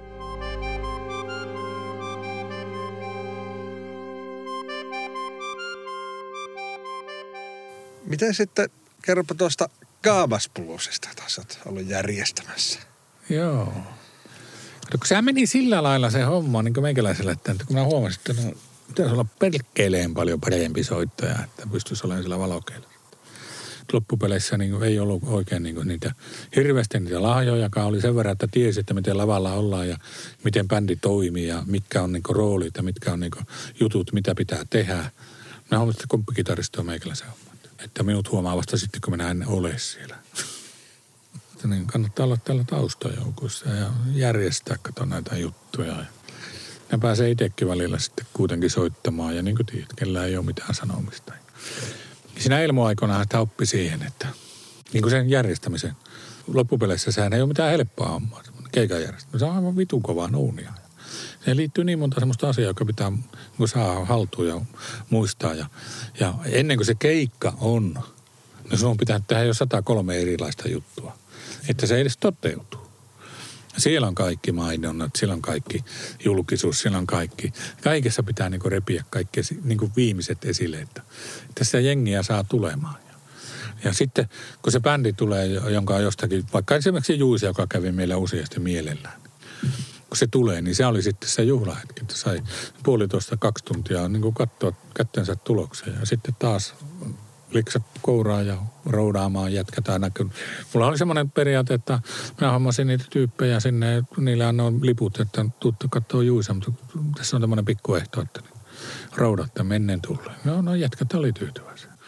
Miten sitten, kerropa tuosta Gaabasbluesista taas olet ollut järjestämässä. Joo. Kato, kun sehän meni sillä lailla se homma, niin kuin meikäläisellä, että kun mä huomasin, että no, pitäisi olla perkeleen paljon parempi soittaja, että pystyisi olemaan sillä valokeilla. Loppupeleissä niin ei ollut oikein niin niitä hirveästi niitä lahjojakaan. Oli sen verran, että tiesi, että miten lavalla ollaan ja miten bändi toimii ja mitkä on niin roolit ja mitkä on niin jutut, mitä pitää tehdä. Mä huomasin, että komppikitaristo on meikäläisen homma. Että minut huomaa vasta sitten, kun minä en ole siellä. Niin kannattaa olla täällä taustajoukossa ja järjestää, kato näitä juttuja. Ja pääsee itsekin välillä sitten kuitenkin soittamaan ja niin kuin tiedät, kellä ei ole mitään sanomista. Siinä Elmo-aikoina sitä oppi siihen, että niin kuin sen järjestämisen loppupeleissä sehän ei ole mitään helppoa hommaa. Keikan järjestäminen, se on aivan vitun kovaa nounia. Se liittyy niin monta semmoista asiaa, joka pitää niin saada haltuun ja muistaa. Ja, ja ennen kuin se keikka on, niin sun pitää tehdä jo sata kolme erilaista juttua, että se edes toteutuu. Siellä on kaikki mainonnat, siellä on kaikki julkisuus, siellä on kaikki. Kaikessa pitää niin kuin repiä kaikki niin kuin viimeiset esille, että tässä jengiä saa tulemaan. Ja sitten, kun se bändi tulee, jonka on jostakin, vaikka esimerkiksi Juisi, joka kävi meillä useasti mielellään, kun se tulee, niin se oli sitten se juhlahetki, että sai puolitoista, kaksi tuntia niin kuin katsoa kättensä tuloksia. Ja sitten taas liksat kouraa ja roudaamaan jätkätään näkyy. Mulla oli semmoinen periaate, että mä hommasin niitä tyyppejä sinne, ja niille annoin liput, että tuutte katsoa Juisa, mutta tässä on tämmöinen pikkuehto, että roudatte menneen tulleen. No, no jätkät oli tyytyväisiä.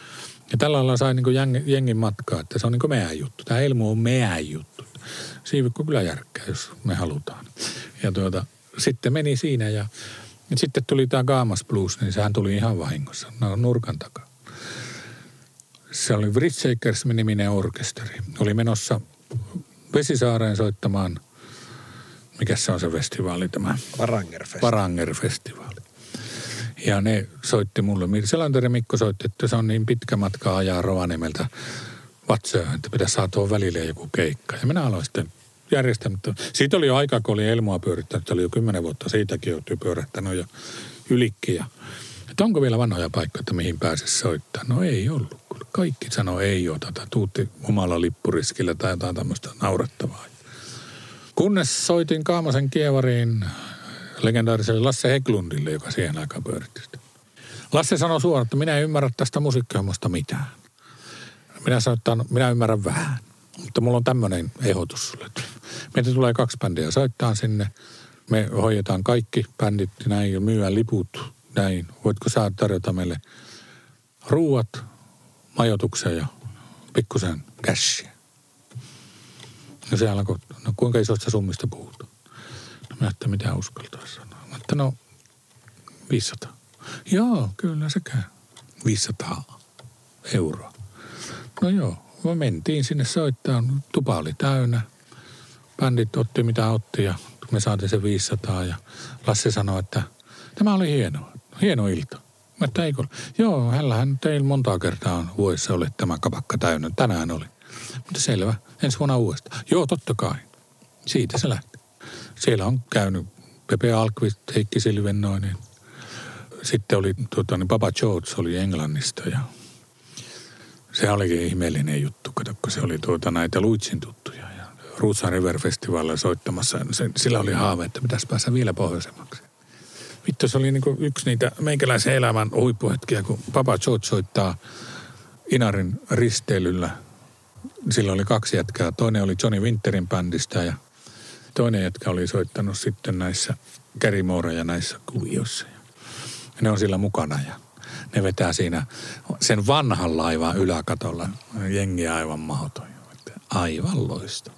Ja tällä lailla sai niin kuin jengin matkaa, että se on niin kuin meidän juttu. Tämä Elmu on meidän juttu. Siivikko kyllä järkkää, jos me halutaan. Ja tuota, sitten meni siinä ja, ja sitten tuli tämä Gaamas Blues, niin sehän tuli ihan vahingossa, no, nurkan takaa. Se oli Bridge Shakers-niminen orkesteri. Oli menossa Vesisaareen soittamaan, mikä se on se festivaali tämä? Varanger-festivaali. Varanger-festivaali. Ja ne soitti mulle. Selander ja Mikko soitti, että se on niin pitkä matka ajaa Rovaniemeltä Vatsöön, että pitäisi saada tuohon välille joku keikka. Ja minä aloin sitten järjestää, mutta siitä oli jo aikaa, kun oli Elmoa pyörittänyt. Se oli jo kymmenen vuotta siitäkin joutuu pyörittänyt jo ylikki. Ja, että onko vielä vanhoja paikkoja, että mihin pääsisi soittaa? No ei ollut. Kaikki sanoi ei oteta. Tuutti omalla lippuriskillä tai jotain tämmöistä naurettavaa. Kunnes soitin Kaamasen kievariin legendaariselle Lasse Heglundille, joka siihen aikaan pyöritti sitä. Lasse sanoi suoraan, että minä en ymmärrä tästä musiikkihommasta mitään. Minä sanoin, että no, minä ymmärrän vähän, mutta mulla on tämmöinen ehdotus sulle. Meitä tulee kaksi bändiä soittaa sinne. Me hoidetaan kaikki bändit näin ja myyään liput näin. Voitko sä tarjota meille ruuat, majoituksen ja pikkusen cashia? No se alkoi, no kuinka isoista summista puhutaan? No mä että mitä uskaltaa sanoa. Mä että no viisisataa. Joo, kyllä se käy. viisisataa euroa. No joo, me mentiin sinne soittaan. Tupa oli täynnä. Bändit otti mitä otti ja me saatiin se viisisataa. Ja Lasse sanoi, että tämä oli hienoa. Hieno ilta. Mä että eikö ole? Joo, hänellähän teillä montaa kertaa on vuodessa ole tämä kapakka täynnä. Tänään oli. Mutta selvä, ensi vuonna uudestaan. Joo, totta kai. Siitä se lähti. Siellä on käynyt Pepe Alkvist, Heikki Silvennoinen. Sitten oli, tuota, niin Papa George oli Englannista ja se olikin ihmeellinen juttu, kato, kun se oli tuota näitä Luitsin tuttuja. Ja Roots and River Festivalilla soittamassa, se, sillä oli haave, että pitäisi päästä vielä pohjoisemmaksi. Vittu, se oli niin kuin yksi niitä meikäläisen elämän huippuhetkiä, kun Papa George soittaa Inarin risteilyllä. Sillä oli kaksi jätkää. Toinen oli Johnny Winterin bändistä ja toinen jätkä oli soittanut sitten näissä Gary Moore ja näissä kuvioissa. Ja ne on sillä mukana ja ne vetää siinä sen vanhan laivan yläkatolla. Jengi aivan mahdoton. Aivan loistava.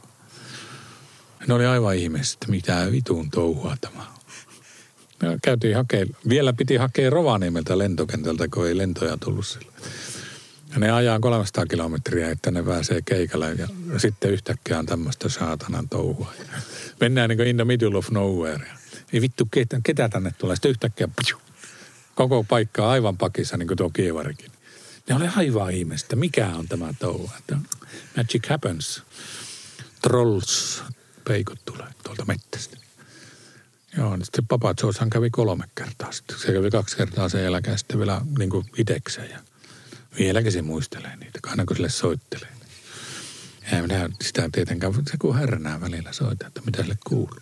Ne oli aivan ihmeessä, että mitä vitun touhua tämä. Me käytiin hakea, vielä piti hakea Rovaniemeltä lentokentältä, kun ei lentoja tullut sillä. Ja ne ajaa kolmesataa kilometriä, että ne pääsee keikalle ja sitten yhtäkkiä on tämmöistä saatanan touhua. Ja mennään niin kuin in the middle of nowhere. Ei vittu, ketä, ketä tänne tulee. Sitten yhtäkkiä pju, koko paikka aivan pakissa, niin kuin tuo kievarikin. Ne oli aivan ihmeistä, mikä on tämä touhu. Että magic happens. Trolls, peikot tulee tuolta mettästä. Joo, niin sitten Papa Georgehan kävi kolme kertaa sitten. Se kävi kaksi kertaa sen jälkeen sitten vielä niin kuin itekseen ja vieläkin se muistelee niitä, aina kun sille soittelee. Ei minä sitä tietenkään, se kun härnää välillä soita, että mitä sille kuuluu.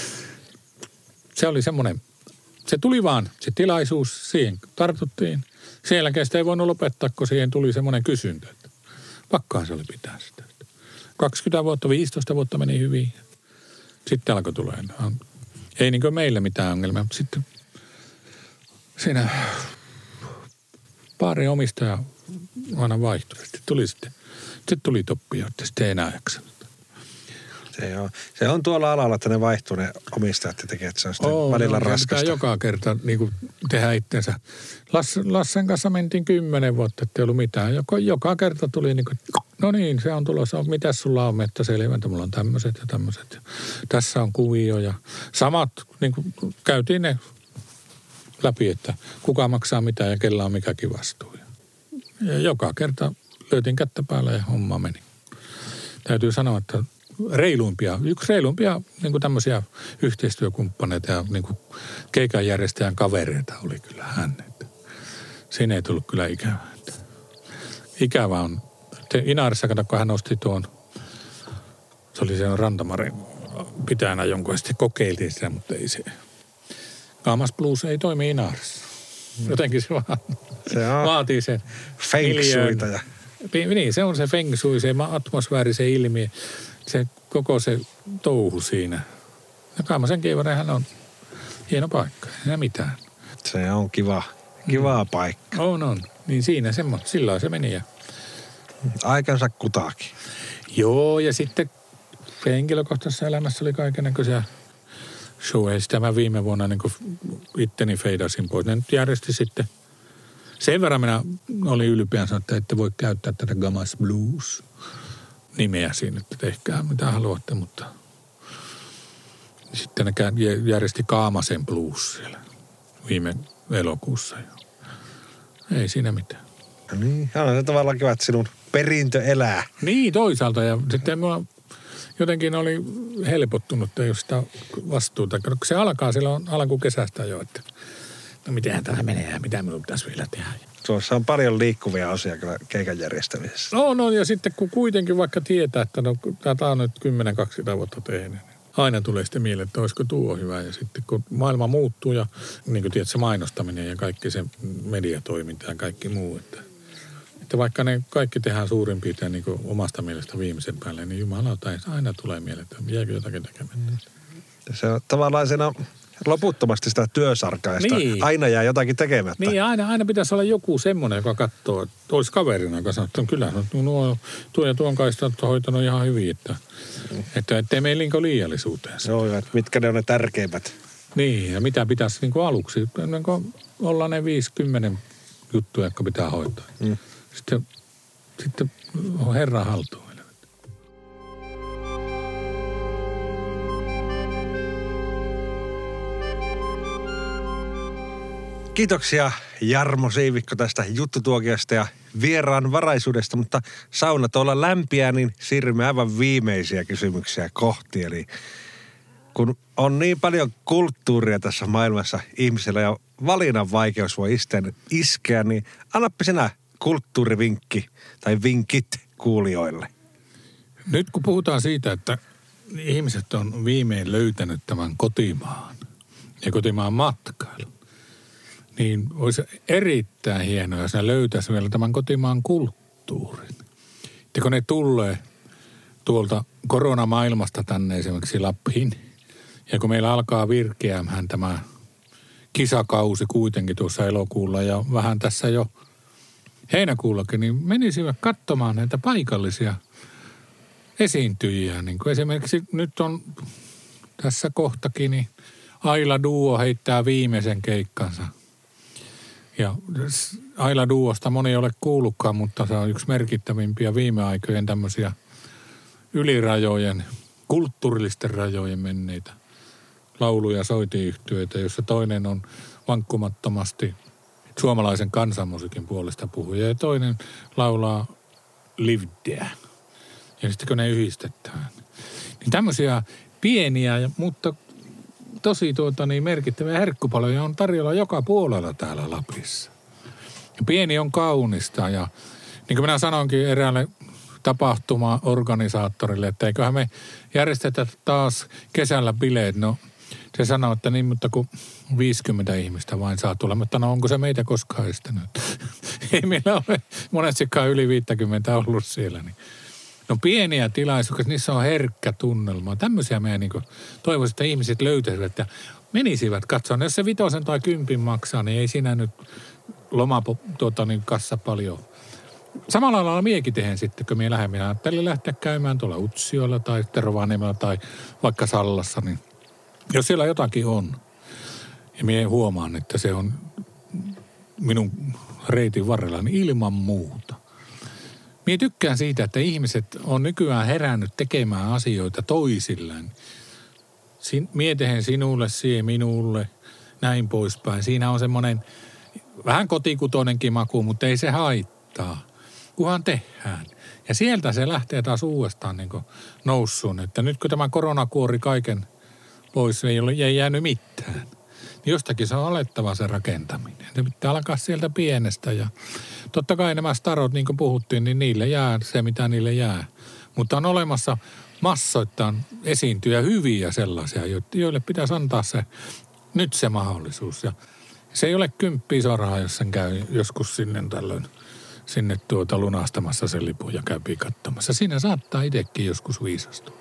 Se oli semmoinen, se tuli vaan, se tilaisuus, siihen tartuttiin. Sen jälkeen sitä ei voinut lopettaa, kun siihen tuli semmoinen kysyntä, että pakkaan se oli pitää sitä. kaksikymmentä vuotta, viisitoista vuotta meni hyvin. Sitten alkoi tulee. Ei niin kuin meillä mitään ongelmia, mutta sitten siinä pari omistajaa aina vaihtui. Sitten tuli sitten, sitten tuli toppia, että sitten ei enää jaksanut. Se on, se on tuolla alalla, että ne vaihtuu ne omistajat ja tekee, että se on sitten Oo, välillä no, raskasta. joka kerta niin kuin tehdä itsensä. Lass, Lassen kanssa mentiin kymmenen vuotta, ettei ollut mitään. Joka, joka kerta tuli niin kuin, no niin, se on tulossa. Mitäs sulla on mettäselväntä? Mulla on tämmöiset ja tämmöiset. Ja tässä on kuvio ja samat, niin kuin käytiin ne läpi, että kuka maksaa mitä ja kellä on mikäkin vastuu. Ja joka kerta löytiin kättä päällä ja homma meni. Täytyy sanoa, että reiluimpia, yksi reiluimpia niin kuin tämmöisiä yhteistyökumppaneita ja niin kuin keikanjärjestäjän kavereita oli kyllä hän. Siinä ei tullut kyllä ikävää. Ikävä on. Inaarissa, kato, kun hän nosti tuon, se oli sen Rantamarin pitäjänä jonkun, ja sitten kokeiltiin sitä, mutta ei se. Gaamas Blues ei toimi Inaarissa. Jotenkin se vaan se on vaatii sen feng shuita ja niin, se on se feng shui, se atmosfääri, se ilmiö, se koko se touhu siinä. Ja Kaamasen kiivarehän on hieno paikka, ei mitään. Se on kiva, kivaa mm. paikka. On, on. Niin siinä semmoista, silloin se meni. Ja... Aikansa kutaakin. Joo, ja sitten henkilökohtaisessa elämässä oli kaikennäköisiä showja. Sitä mä viime vuonna niin itteni feidasin pois. Ne nyt järjesti sitten. Sen verran minä olin ylpeä sanoa, että ette voi käyttää tätä Gamas Blues-nimeä siinä, että tehkää mitä haluatte, mutta sitten ne järjesti Kaamasen Blues siellä viime elokuussa. Ei siinä mitään. No niin, on se tavallaan kiva, että sinun perintö elää. Niin, toisaalta. Ja sitten minulla jotenkin oli helpottunut, että jos sitä vastuuta. Se alkaa silloin alkukesästä jo, että no mitenhän tämä menee ja mitä minun pitäisi vielä tehdä. Tuossa on paljon liikkuvia osia kyllä keikan järjestämisessä. No, no ja sitten kun kuitenkin vaikka tietää, että no tätä on nyt kymmenen kaksikymmentä vuotta tehnyt, niin aina tulee sitten mieleen, että olisiko tuo hyvä. Ja sitten kun maailma muuttuu ja niin kuin tiedät, se mainostaminen ja kaikki se mediatoiminta ja kaikki muu, että, että vaikka ne kaikki tehdään suurin piirtein niin kuin omasta mielestä viimeisen päälle, niin jumalauta aina tulee mieleen, että jääkö jotakin tekemättä. Se on tavallaan siinä loputtomasti sitä työsarkaa, niin. Aina jää jotakin tekemättä. Niin, aina, aina pitäisi olla joku semmoinen, joka katsoo, että olisi kaverina, joka sanoo, että kyllä, nuo, tuo ja tuon kaista on hoitanut ihan hyvin, että, mm. että ettei meillä liinko liiallisuuteen. Joo, että mitkä ne on ne tärkeimmät. Niin, ja mitä pitäisi niin kuin aluksi, niin kuin olla ne viisi kymmenen juttuja, jotka pitää hoitaa. Mm. Sitten, sitten herran haltuun. Kiitoksia Jarmo Siivikko tästä juttutuokiosta ja vieraan varaisuudesta, mutta sauna tuolla lämpiää, niin siirrymme aivan viimeisiä kysymyksiä kohti. Eli kun on niin paljon kulttuuria tässä maailmassa ihmisellä ja valinnan vaikeus voi iskeä, niin annappi sinä kulttuurivinkki tai vinkit kuulijoille. Nyt kun puhutaan siitä, että ihmiset on viimein löytänyt tämän kotimaan ja kotimaan matkailun, niin olisi erittäin hienoa, jos ne löytäisi vielä tämän kotimaan kulttuurin. Ja kun ne tulee tuolta koronamaailmasta tänne esimerkiksi Lappiin, ja kun meillä alkaa virkeämään tämä kisakausi kuitenkin tuossa elokuulla ja vähän tässä jo heinäkuullakin, niin menisivät katsomaan näitä paikallisia esiintyjiä. Niin kuin esimerkiksi nyt on tässä kohtakin, niin Aila Duo heittää viimeisen keikkansa. Ja Aila Duosta moni ei ole kuullutkaan, mutta se on yksi merkittävimpiä viime aikojen tämmöisiä ylirajojen, kulttuurillisten rajojen menneitä laulu- ja soitiyhtyeitä, jossa toinen on vankkumattomasti suomalaisen kansanmusiikin puolesta puhuja ja toinen laulaa livdeä. Ja sitten kun ne yhdistetään. Niin tämmöisiä pieniä, mutta tosi tuota, niin merkittäviä herkkupaloja on tarjolla joka puolella täällä Lapissa. Ja pieni on kaunista ja niin kuin minä sanoinkin eräälle tapahtuma-organisaattorille, että eiköhän me järjestetä taas kesällä bileet. No se sanoo, että niin, mutta kun viisikymmentä ihmistä vain saa tulla. Mutta no onko se meitä koskaan estänyt? Ei meillä ole monestikaan yli viisikymmentä ollut siellä. Niin. No pieniä tilaisuuksia, niissä on herkkä tunnelma. Tämmöisiä meidän niin toivoisin, että ihmiset löytäisivät ja menisivät katsomaan. Jos se vitosen tai kympin maksaa, niin ei siinä nyt loma tuota, niin kassa paljon. Samalla lailla miekin tehen sitten, kun minä lähden. Minä ajattelin lähteä käymään tuolla Utsiolla tai Rovaniemellä tai vaikka Sallassa, niin jos siellä jotakin on, ja minä huomaan, että se on minun reitin varrella, niin ilman muuta. Minä tykkään siitä, että ihmiset on nykyään herännyt tekemään asioita toisilleen. Sin, minä tehen sinulle, siihen minulle, näin poispäin. Siinä on semmoinen vähän kotikutoinenkin maku, mutta ei se haittaa, kunhan tehdään. Ja sieltä se lähtee taas uudestaan niin kuin noussuun, että nyt kun tämä korona kuori kaiken pois, ei ole ei jäänyt mitään. Niin jostakin se on alettava se rakentaminen. Se pitää alkaa sieltä pienestä ja totta kai nämä starot, niin kuin puhuttiin, niin niille jää se, mitä niille jää. Mutta on olemassa massoittain esiintyjä hyviä sellaisia, joille pitäisi antaa se, nyt se mahdollisuus. Ja se ei ole kymppiä soraa, jos sen käy joskus sinne tällöin sinne tuota lunastamassa sen lipun ja käypi katsomassa. Siinä saattaa itsekin joskus viisastua.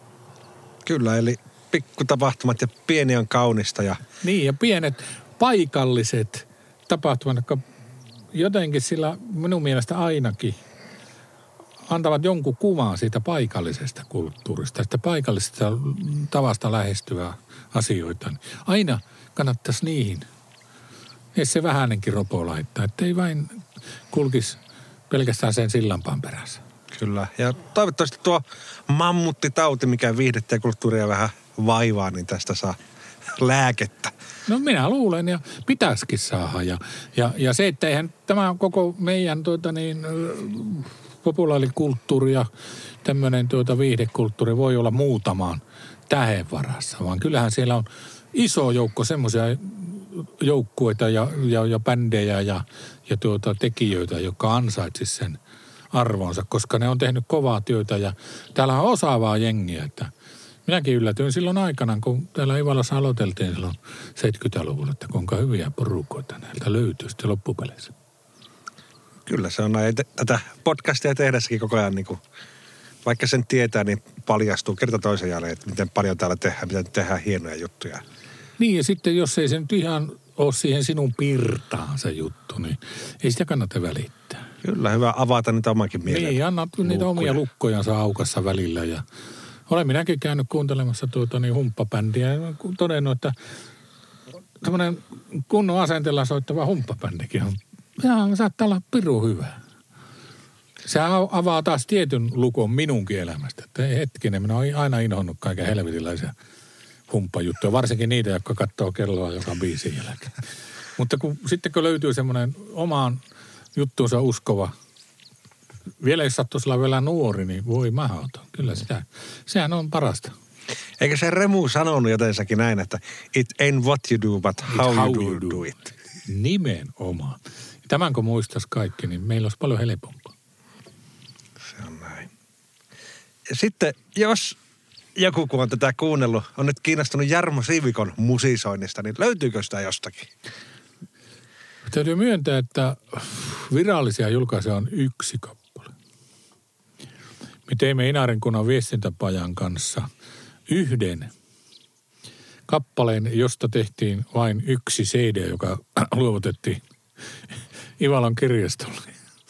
Kyllä, eli pikkutapahtumat ja pieni on kaunista. Ja... Niin, ja pienet paikalliset tapahtumat, jotka jotenkin sillä minun mielestä ainakin antavat jonkun kuvan siitä paikallisesta kulttuurista, sitä paikallisesta tavasta lähestyä asioita. Aina kannattaisi niihin. Edes se vähänenkin ropo laittaa, ettei vain kulkisi pelkästään sen sillanpaan perässä. Kyllä. Ja toivottavasti tuo mammuttitauti, mikä viihdettä ja kulttuuria vähän vaivaa, niin tästä saa lääkettä. No minä luulen ja pitäisikin saada. Ja, ja, ja se, että eihän tämä koko meidän tuota niin, populaarikulttuuri ja tämmöinen tuota viihdekulttuuri voi olla muutamaan tähen varassa, vaan kyllähän siellä on iso joukko semmoisia joukkueita ja, ja, ja bändejä ja, ja tuota tekijöitä, jotka ansaitsisi sen arvonsa, koska ne on tehnyt kovaa työtä ja täällä on osaavaa jengiä, että minäkin yllätyin silloin aikana, kun täällä Ivalassa aloiteltiin silloin seitsemänkymmentäluvulla, että kuinka hyviä porukoita näiltä löytyy sitten loppupeleissä. Kyllä se on näin. Tätä podcastia tehdessäkin koko ajan, niin kuin, vaikka sen tietää, niin paljastuu kerta toisen jälleen, että miten paljon täällä tehdään, miten tehdään hienoja juttuja. Niin ja sitten jos ei se nyt ihan ole siihen sinun pirtaan se juttu, niin ei sitä kannata välittää. Kyllä, hyvä avata niitä omankin mieleen. Niin, anna niitä omia lukkojansa aukassa välillä ja olen minäkin käynyt kuuntelemassa tuota niin humppabändiä ja todennut, että tämmöinen kunnon asenteella soittava humppabändikin on, jaa, saattaa olla pirun hyvä. Se avaa taas tietyn lukon minunkin elämästä. Että hetkinen, minä olen aina inhonnut kaiken helvetilaisia humppajuttuja, varsinkin niitä, jotka katsoo kelloa joka biisin jälkeen. Mutta kun, sitten kun löytyy semmoinen omaan juttuunsa uskova, vielä jos sattuisi olla vielä nuori, niin voi mahdoton. Kyllä sitä, sehän on parasta. Eikö se Remu sanonut jotensakin näin, että it ain't what you do, but how, how you, do, you do it. Nimenomaan. Tämän kun muistaisi kaikki, niin meillä olisi paljon helpompaa. Se on näin. Ja sitten, jos joku, kun on tätä kuunnellut, on nyt kiinnostunut Jarmo Siivikon musisoinnista, niin löytyykö sitä jostakin? Täytyy myöntää, että virallisia julkaisuja on yksi kappale. Me teimme Inarinkunnan viestintäpajan kanssa yhden kappaleen, josta tehtiin vain yksi C D, joka luovutettiin Ivalon kirjastolle.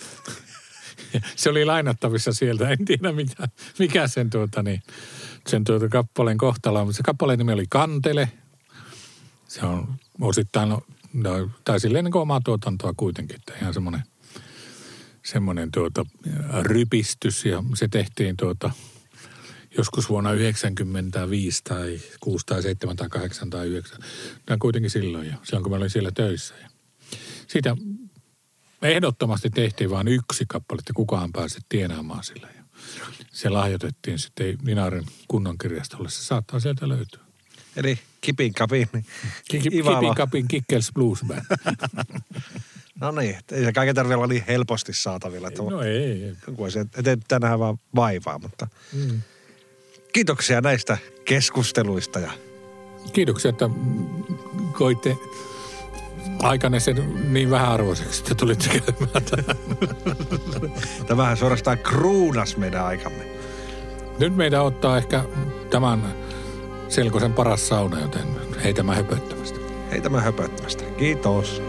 Se oli lainattavissa sieltä. En tiedä, mikä, mikä sen, tuota, niin, sen tuota kappaleen kohtalo on. Se kappaleen nimi oli Kantele. Se on osittain, no, tai silleen niin kuin omaa tuotantoa kuitenkin, että ihan semmoinen, semmoinen tuota, rypistys. Ja se tehtiin tuota, joskus vuonna yhdeksänkymmentäviisi tai kuusi tai seitsemän tai kahdeksan tai yhdeksän. Tämä kuitenkin silloin jo, silloin kun mä olin siellä töissä. Ja siitä ehdottomasti tehtiin vain yksi kappale, että kukaan pääse tienaamaan sillä. Ja se lahjoitettiin sitten Inarin kunnon kirjastolle. Se saattaa sieltä löytyä. Eli Kipin Kapin. Kipin Kapin Kickels Blues Band. No niin, ei se kaiken tarvitse olla niin helposti saatavilla. Että no ei, ei. Voisi eteen tänään vaan vaivaa, mutta mm. kiitoksia näistä keskusteluista. Ja kiitoksia, että koitte aikanne sen niin vähäarvoiseksi, että tulitte käymään tähän. Tämähän suorastaan kruunas meidän aikamme. Nyt meidän ottaa ehkä tämän selkosen paras sauna, joten heitämään höpöttämästä. Heitämään höpöttämästä. Kiitos.